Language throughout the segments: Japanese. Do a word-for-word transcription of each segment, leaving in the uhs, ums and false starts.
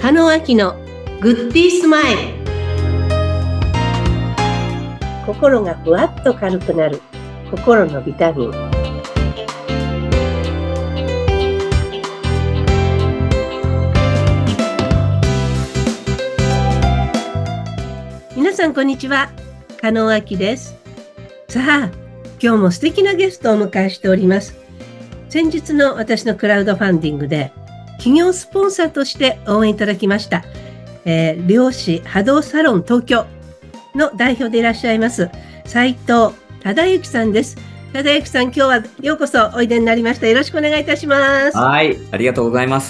加納明のグッディースマイル。心がふわっと軽くなる心のビタミン。皆さんこんにちは、加納明です。さあ、今日も素敵なゲストをお迎えしております。先日の私のクラウドファンディングで企業スポンサーとして応援いただきました、えー、漁師波動サロン東京の代表でいらっしゃいます斉藤忠之さんです。忠之さん、今日はようこそおいでになりました。よろしくお願いいたします。 はい、ありがとうございます。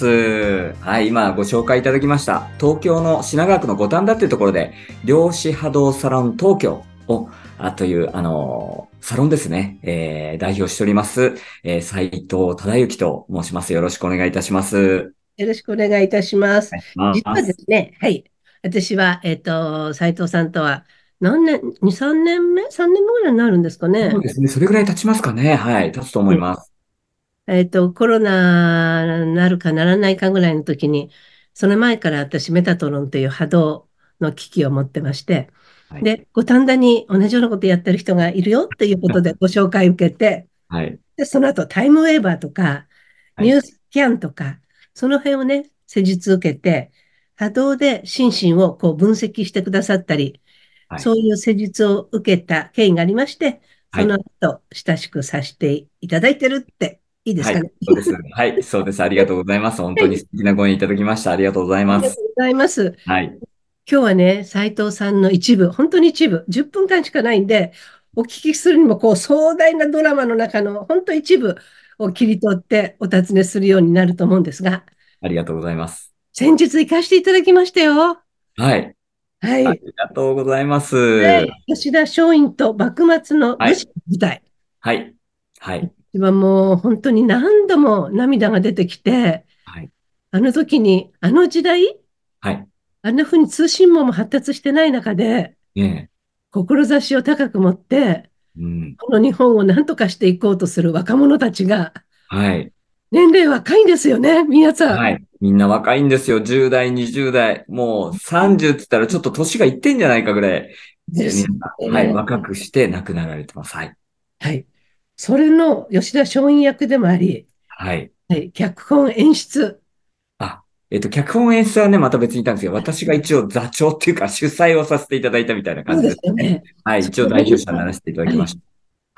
はい、今ご紹介いただきました東京の品川区の五反田っていうところで漁師波動サロン東京をあというあのー、サロンですね、えー、代表しております、えー、斉藤忠之と申します。よろしくお願いいたします。 よろしくお願いいたします。 お願いし実はでます。 すね、はい。私は、えっと、斉藤さんとは何年、に、さんねんめ ?さん 年ぐらいになるんですかね。 そうですね。それぐらい経ちますかね。はい。経つと思うん。 います。 えっと、コロナになるかならないかぐらいの時に、その前から私メタトロンという波動の機器を持ってまして、 はい。 で、五反田に同じようなことやってる人がいるよっていうことでご紹介を受けて、 はい。 で、その後タイムウェーバーとか、 はい。 ニュースキャンとか、その辺をね、施術受けて、波動で心身をこう分析してくださったり、 はい。 そういう施術を受けた経緯がありまして、そのはい。 後、親しくさせていただいてるって、いいですはい。 かね。 そうです。はい。そうです。ありがとうございます。本はい、 当に素敵なご縁いただきました。ありがとうございあります。 がとうございます。 はい。 今日はね、斉藤さんの一部、本当に一部、じゅっぷんかんしかないんで、お聞きするにもこう壮大なドラマの中の本当一部を切り取ってお尋ねするようになると思うんですが、 ありがとうございます。 先日行かせていただきましたよ。 はい。あはい。 りがとうございまはす。 い。吉田松陰と幕末のはい。 武士の舞台。 はい。はい。 私はもう本当に何度も涙が出てきて、 はい。 あの時に、あの時代、 はい。 あんな風に通信網も発達してない中で、 ね志を高く持って、 え。うん。 この日本を何とかしていこうとする若者たちが、 はい。 年齢若いんですよね、皆さん。 はい。みんな若いんですよ。じゅう代、にじゅう代。もうさんじゅうって言ったらちょっと年がいってんじゃないかぐらい。えです皆さん、はい。 ね。 若くして亡くなられてます。はい。 はい。それの吉田松陰役でもあり、 はい。 はい、脚本演出。 あ、えっと、脚本演出はね、また別にいたんですけど、私が一応座長っていうか主催をさせていただいたみたいなそうです感じですね。 よね。 はい。 そ一応代表の辺が、 者にならせていただはい。 きました。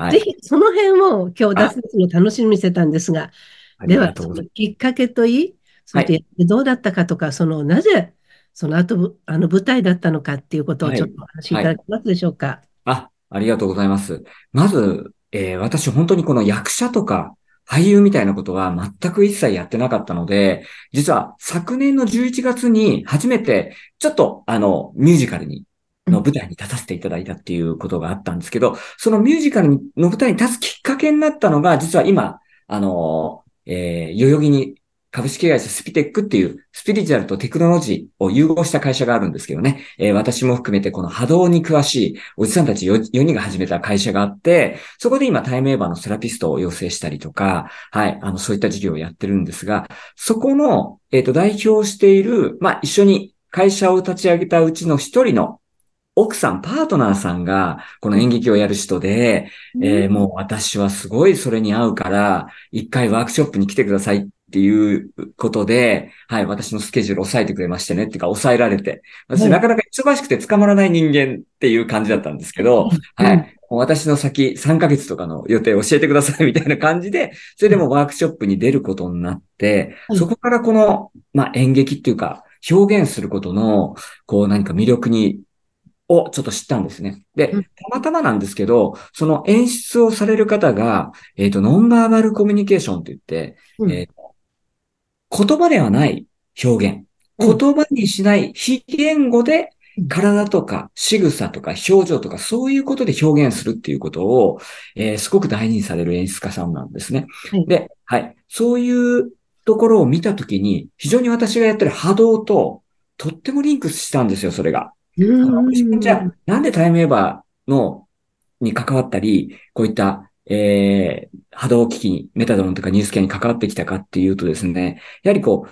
はい。 ぜひその辺を今日出あ、 すの楽しみにしてたんですが、 ありでは、そがとうございます。 のきっかけといい、そはい。 してどうだったかとか、そのなぜその後ぶ、あの舞台だったのかっていうことをはい。 ちょっとお話しいはい。 ただけますでしょうか。 あ、ありがとうございます。まず、えー私本当にこの役者とか俳優みたいなことは全く一切やってなかったので、実は昨年のじゅういちがつに初めてちょっとあのミュージカルに、 うん。 の舞台に立たせていただいたっていうことがあったんですけど、そのミュージカルの舞台に立つきっかけになったのが、実は今、あの、えー代々木に株式会社スピテックっていうスピリチュアルとテクノロジーを融合した会社があるんですけどね、えー私も含めてこの波動に詳しいおじさんたち よ, よにんが始めた会社があって、そこで今タイムエーバーのセラピストを養成したりとか、はい、あの、そういった事業をやってるんですが、そこの、えっと、代表している、まあ、一緒に会社を立ち上げたうちの一人の奥さん、パートナーさんが、この演劇をやる人で、 うん。 えーもう私はすごいそれに合うから、一回ワークショップに来てくださいっていうことで、はい、私のスケジュールを抑えてくれましてね、っていうか抑えられて、私はい。 なかなか忙しくて捕まらない人間っていう感じだったんですけど、 うん。 はい、もう私の先さんかげつとかの予定を教えてくださいみたいな感じで、それでもワークショップに出ることになって、 はい。 そこからこの、まあ、演劇っていうか、表現することの、こう何か魅力にをちょっと知ったんですね。 うん。 で、たまたまなんですけど、その演出をされる方が、えっと、ノンバーバルコミュニケーションといって、 うん。 えー言葉ではない表現。 うん。 言葉にしない非言語でうん。 体とか仕草とか表情とかそういうことで表現するっていうことを、えーすごく大事にされる演出家さんなんですね。 はい。 で、はい。そういうところを見たときに、非常に私がやってる波動ととってもリンクしたんですよ、それが。 うあの、じゃーん。 あ、なんでタイムエーバーの、に関わったり、こういった、えー、波動機器に、メタドロンとかニュースキャンに関わってきたかっていうとですね、やはりこう、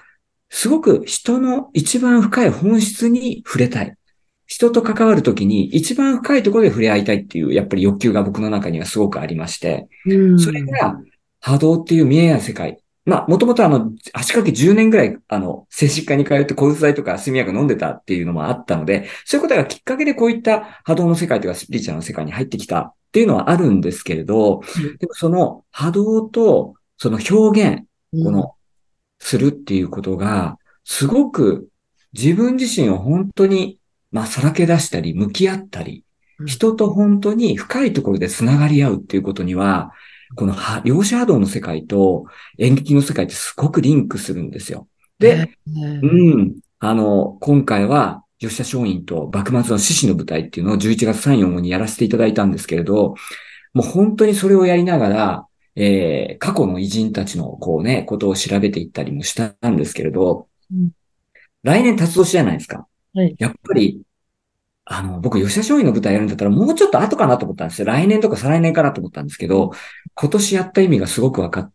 すごく人の一番深い本質に触れたい。人と関わるときに一番深いところで触れ合いたいっていう、やっぱり欲求が僕の中にはすごくありまして、 うそれん。 が波動っていう見えない世界。まあ、もともとあの、足掛けじゅうねんぐらい、あの、精神科に通って抗うつ剤とか睡眠薬飲んでたっていうのもあったので、そういうことがきっかけでこういった波動の世界とかスピリチュアルの世界に入ってきたっていうのはあるんですけれど、でもその波動とその表現、 うん。 このするっていうことが、すごく自分自身を本当に、まあ、さらけ出したり、向き合ったり、 うん。 人と本当に深いところで繋がり合うっていうことには、このは量子波動の世界と演劇の世界ってすごくリンクするんですよ。 えで、うえ。 ん、あの、今回は、吉田松陰と幕末の獅子の舞台っていうのをじゅういちがつさん、よっかにやらせていただいたんですけれど、もう本当にそれをやりながら、えー、過去の偉人たちのこうね、ことを調べていったりもしたんですけれど、 うん。 来年辰年じゃないですか。 はい。 やっぱり、あの、僕、吉田松陰の舞台やるんだったらもうちょっと後かなと思ったんですよ。来年とか再来年かなと思ったんですけど、今年やった意味がすごく分かって、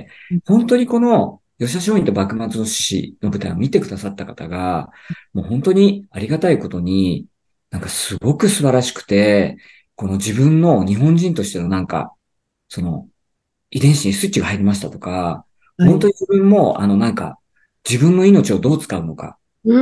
本当にこの吉田松陰と幕末の志士の舞台を見てくださった方が、もう本当にありがたいことに、なんかすごく素晴らしくて、この自分の日本人としてのなんか、その遺伝子にスイッチが入りましたとか、 はい。 本当に自分も、あの、なんか、自分の命をどう使うのか、 うん。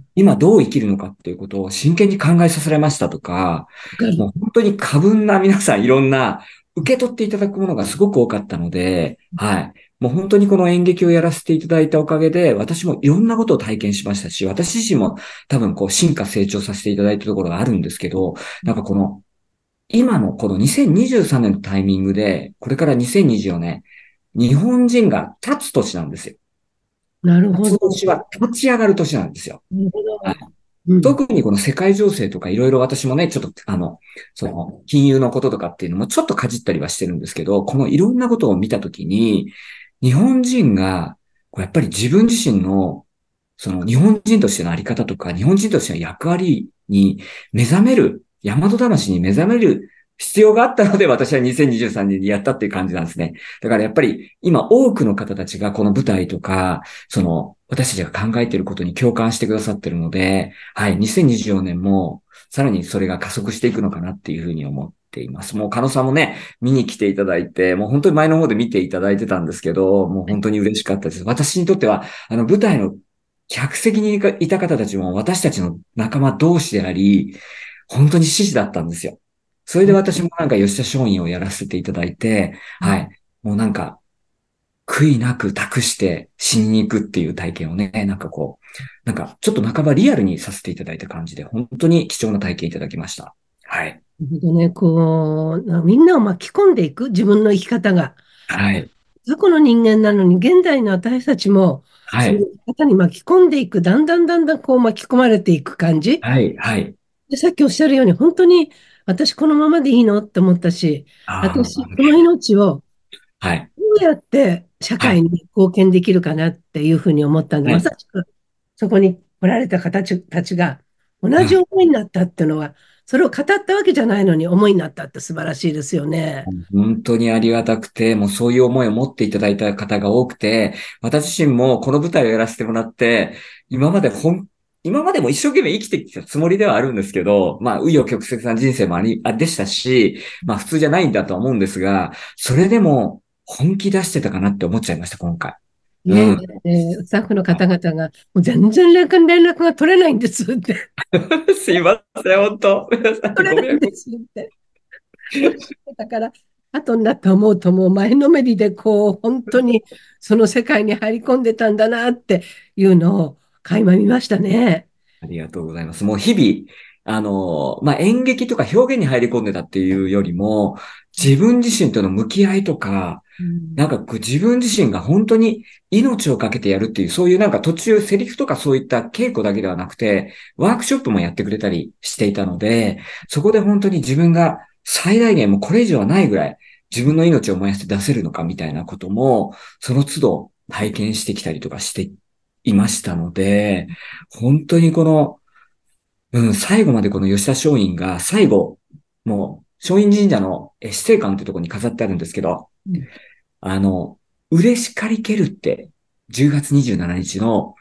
今どう生きるのかっていうことを真剣に考えさせられましたとか、 わかる。 もう本当に過分な皆さんいろんな受け取っていただくものがすごく多かったので、はい。もう本当にこの演劇をやらせていただいたおかげで、私もいろんなことを体験しましたし、私自身も多分こう進化成長させていただいたところがあるんですけど、なんかこの今のこのにせんにじゅうさんねんのタイミングで、これからにせんにじゅうよねん、日本人が立つ年なんですよ。 なるほど。 立つ年は立ち上がる年なんですよ。 なるほはい。 ど。うん。 特にこの世界情勢とかいろいろ私もね、ちょっとあの、その金融のこととかっていうのもちょっとかじったりはしてるんですけど、このいろんなことを見たときに、日本人が、こうやっぱり自分自身の、その日本人としてのあり方とか、日本人としての役割に目覚める、大和魂に目覚める必要があったので、私はにせんにじゅうさんねんにやったっていう感じなんですね。だからやっぱり今多くの方たちがこの舞台とか、その私たちが考えていることに共感してくださってるので、はい、にせんにじゅうよねんもさらにそれが加速していくのかなっていうふうに思っています。もう、加野さんもね、見に来ていただいて、もう本当に前の方で見ていただいてたんですけど、もう本当に嬉しかったです。私にとっては、あの舞台の客席にいた方たちも私たちの仲間同士であり、本当に獅子だったんですよ。それで私もなんか吉田松陰をやらせていただいて、はい。もうなんか、悔いなく託して死にに行くっていう体験をね、なんかこう、なんかちょっと半ばリアルにさせていただいた感じで、本当に貴重な体験いただきました。はい。 なるほどね、こう、なみんなを巻き込んでいく、自分の生き方が。 はい。 過去の人間なのに、現代の私たちも、そのはい。 生き方に巻き込んでいく、だんだんだんだんこう巻き込まれていく感じ。 はい。はい。 で、さっきおっしゃるように、本当に私このままでいいのって思ったし、 ああ、 私この命をはい。 どうやって社はい。 会に貢献できるかなっていうふうに思ったんで、 はい。 まさしくそこに来られた方たちが同うん。 じ思いになったっていうのは、それを語ったわけじゃないのに思いになったって素晴らしいですよね。 本当にありがたくて、もうそういう思いを持っていただいた方が多くて、私自身もこの舞台をやらせてもらって、今までほん、今までも一生懸命生きてきたつもりではあるんですけど、まあ、紆余曲折な人生もあり、あでしたし、まあ普通じゃないんだとは思うんですが、それでも本気出してたかなって思っちゃいました、今回。 いえいうん。 え、えースタッフの方々が、もう全然連絡連絡が取れないんですって、 すいません、本当。皆さんに取れご迷惑を。 ないんですっておっしゃってたから、後になって思うと、もう前のめりで、こう、本当にその世界に入り込んでたんだなっていうのを垣間見ましたね。 ありがとうございます。もう日々、あの、まあ、演劇とか表現に入り込んでたっていうよりも、自分自身との向き合いとか、 うん。 なんかこう自分自身が本当に命をかけてやるっていう、そういうなんか途中セリフとかそういった稽古だけではなくて、ワークショップもやってくれたりしていたので、そこで本当に自分が最大限もうこれ以上はないぐらい自分の命を燃やして出せるのかみたいなことも、その都度体験してきたりとかしていましたので、本当にこの、うん、最後までこの吉田松陰が最後、もう松陰神社のえ死生館ってところに飾ってあるんですけど、 うん。 あの、嬉しかりけるって、じゅうがつにじゅうしちにちの、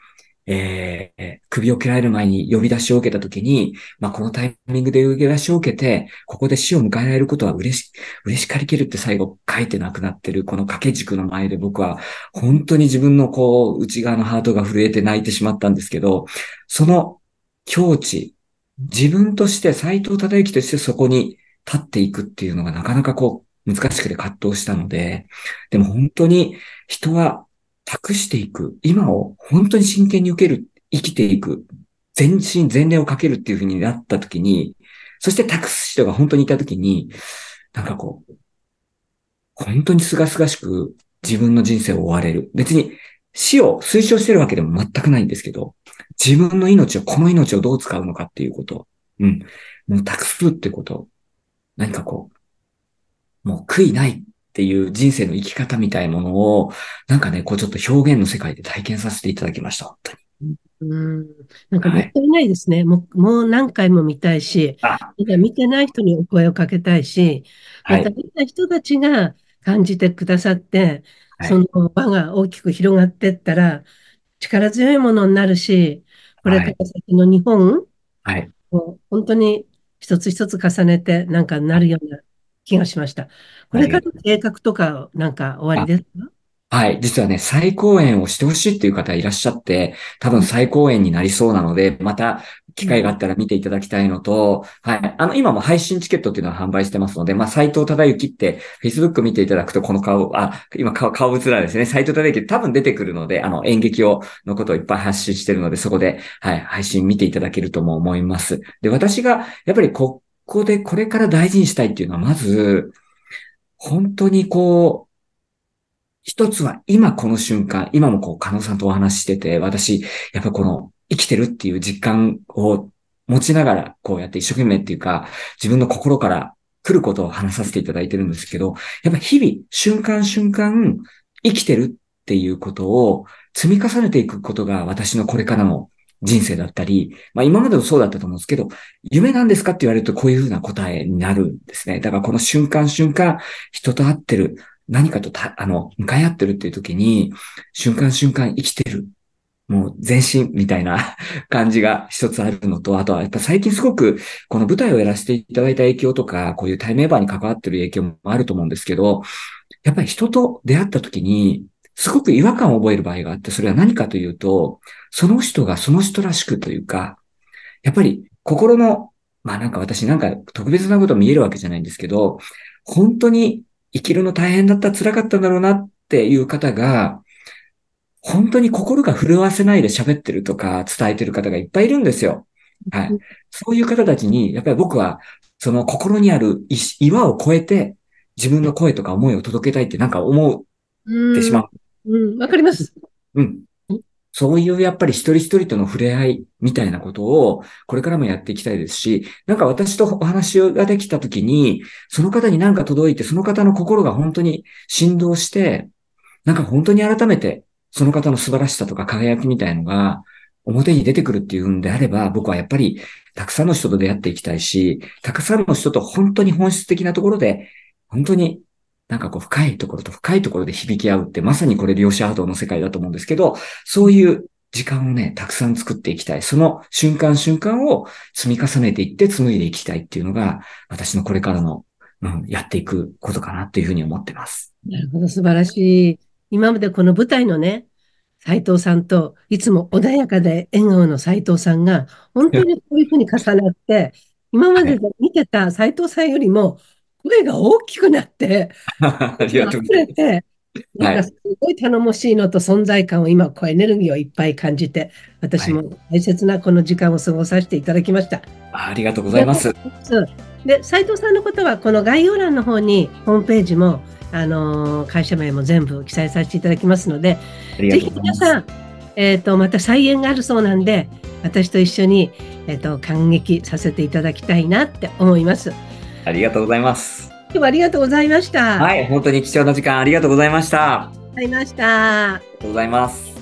えー、首を切られる前に呼び出しを受けたときに、まあ、このタイミングで呼び出しを受けて、ここで死を迎えられることは嬉し、嬉しかりけるって最後書いてなくなってる、この掛け軸の前で僕は、本当に自分のこう、内側のハートが震えて泣いてしまったんですけど、その境地、自分として、斎藤忠之としてそこに立っていくっていうのがなかなかこう、難しくて葛藤したので、でも本当に人は託していく、今を本当に真剣に受ける、生きていく、全身全霊をかけるっていう風になった時に、そして託す人が本当にいた時に、なんかこう、本当に清々しく自分の人生を追われる。別に死を推奨してるわけでも全くないんですけど、自分の命を、この命をどう使うのかっていうこと。うん。もう託すってこと。何かこう、もう悔いないっていう人生の生き方みたいなものを、なんかね、こうちょっと表現の世界で体験させていただきました。本当に。 うん、なんかはい。 もったいないですね。もう、もう何回も見たいし、 あ、 まだ見てない人にお声をかけたいし、まはい。 た見た人たちが感じてくださって、そのはい。 輪が大きく広がっていったら、力強いものになるし、これはい。 から先の日本はい。 を本当に一つ一つ重ねてなんかなるような気がしました。これからのありがとう。 計画とかなんか終わりですか？ はい。実はね、再講演をしてほしいっていう方いらっしゃって、多分うん再講演になりそうなので、また機会があうんったら見ていただきたいのと、はい。あの、今も配信チケットっていうのは販売してますので、まあ、斎藤忠之って、Facebook 見ていただくとこの顔、あ、今顔、顔映らですね。斎藤忠之多分出てくるので、あの、演劇を、のことをいっぱい発信してるので、そこで、はい、配信見ていただけるとも思います。で、私が、やっぱりここでこれから大事にしたいっていうのは、まず、本当にこう、一つは今この瞬間、今もこう、加納さんとお話ししてて、私、やっぱこの生きてるっていう実感を持ちながら、こうやって一生懸命っていうか、自分の心から来ることを話させていただいてるんですけど、やっぱ日々、瞬間瞬間、生きてるっていうことを積み重ねていくことが私のこれからの人生だったり、まあ今までもそうだったと思うんですけど、夢なんですかって言われるとこういうふうな答えになるんですね。だからこの瞬間瞬間、人と会ってる、何かとた、あの、向かい合ってるっていう時に、瞬間瞬間生きてる。もう全身みたいな感じが一つあるのと、あとはやっぱ最近すごくこの舞台をやらせていただいた影響とか、こういう対面バーに関わってる影響もあると思うんですけど、やっぱり人と出会った時に、すごく違和感を覚える場合があって、それは何かというと、その人がその人らしくというか、やっぱり心の、まあなんか私なんか特別なこと見えるわけじゃないんですけど、本当に生きるの大変だった、辛かったんだろうなっていう方が、本当に心が震わせないで喋ってるとか伝えてる方がいっぱいいるんですよ。はい。そういう方たちに、やっぱり僕は、その心にある石岩を越えて、自分の声とか思いを届けたいってなんか思ってしうん、 まう。 うん、わかります。 うん。そういうやっぱり一人一人との触れ合いみたいなことをこれからもやっていきたいですし、なんか私とお話ができたときに、その方に何か届いて、その方の心が本当に振動して、なんか本当に改めてその方の素晴らしさとか輝きみたいのが表に出てくるっていうんであれば、僕はやっぱりたくさんの人と出会っていきたいし、たくさんの人と本当に本質的なところで、本当になんかこう深いところと深いところで響き合うってまさにこれ量子波動の世界だと思うんですけど、そういう時間をね、たくさん作っていきたい。その瞬間瞬間を積み重ねていって紡いでいきたいっていうのが、私のこれからの、うん、やっていくことかなというふうに思ってます。 なるほど、素晴らしい。今までこの舞台のね、斉藤さんと、いつも穏やかで笑顔の斉藤さんが、本当にこういうふうに重なって、今まではい。 で見てた斉藤さんよりも、声が大きくなって、 ありがとうご溢ざいます。 れて、なんはい。 かすごい頼もしいのと存在感を今、こうエネルギーをいっぱい感じて、 はい。 私も大切なこの時間を過ごさせていただきました。あありがとうござりがとういます。 ございます。で、斉藤さんのことは、この概要欄の方に、ホームページも、あのー会社名も全部記載させていただきますので、ぜひありがとうございます。 皆さん、えっと、また再演があるそうなんで、私と一緒に、えっと、感激させていただきたいなって思います。 ありがとうございます。 今日はありがとうございました。あはい。本当に貴重な時間ありがとうございました。ありがとうございました。 りがとうございます。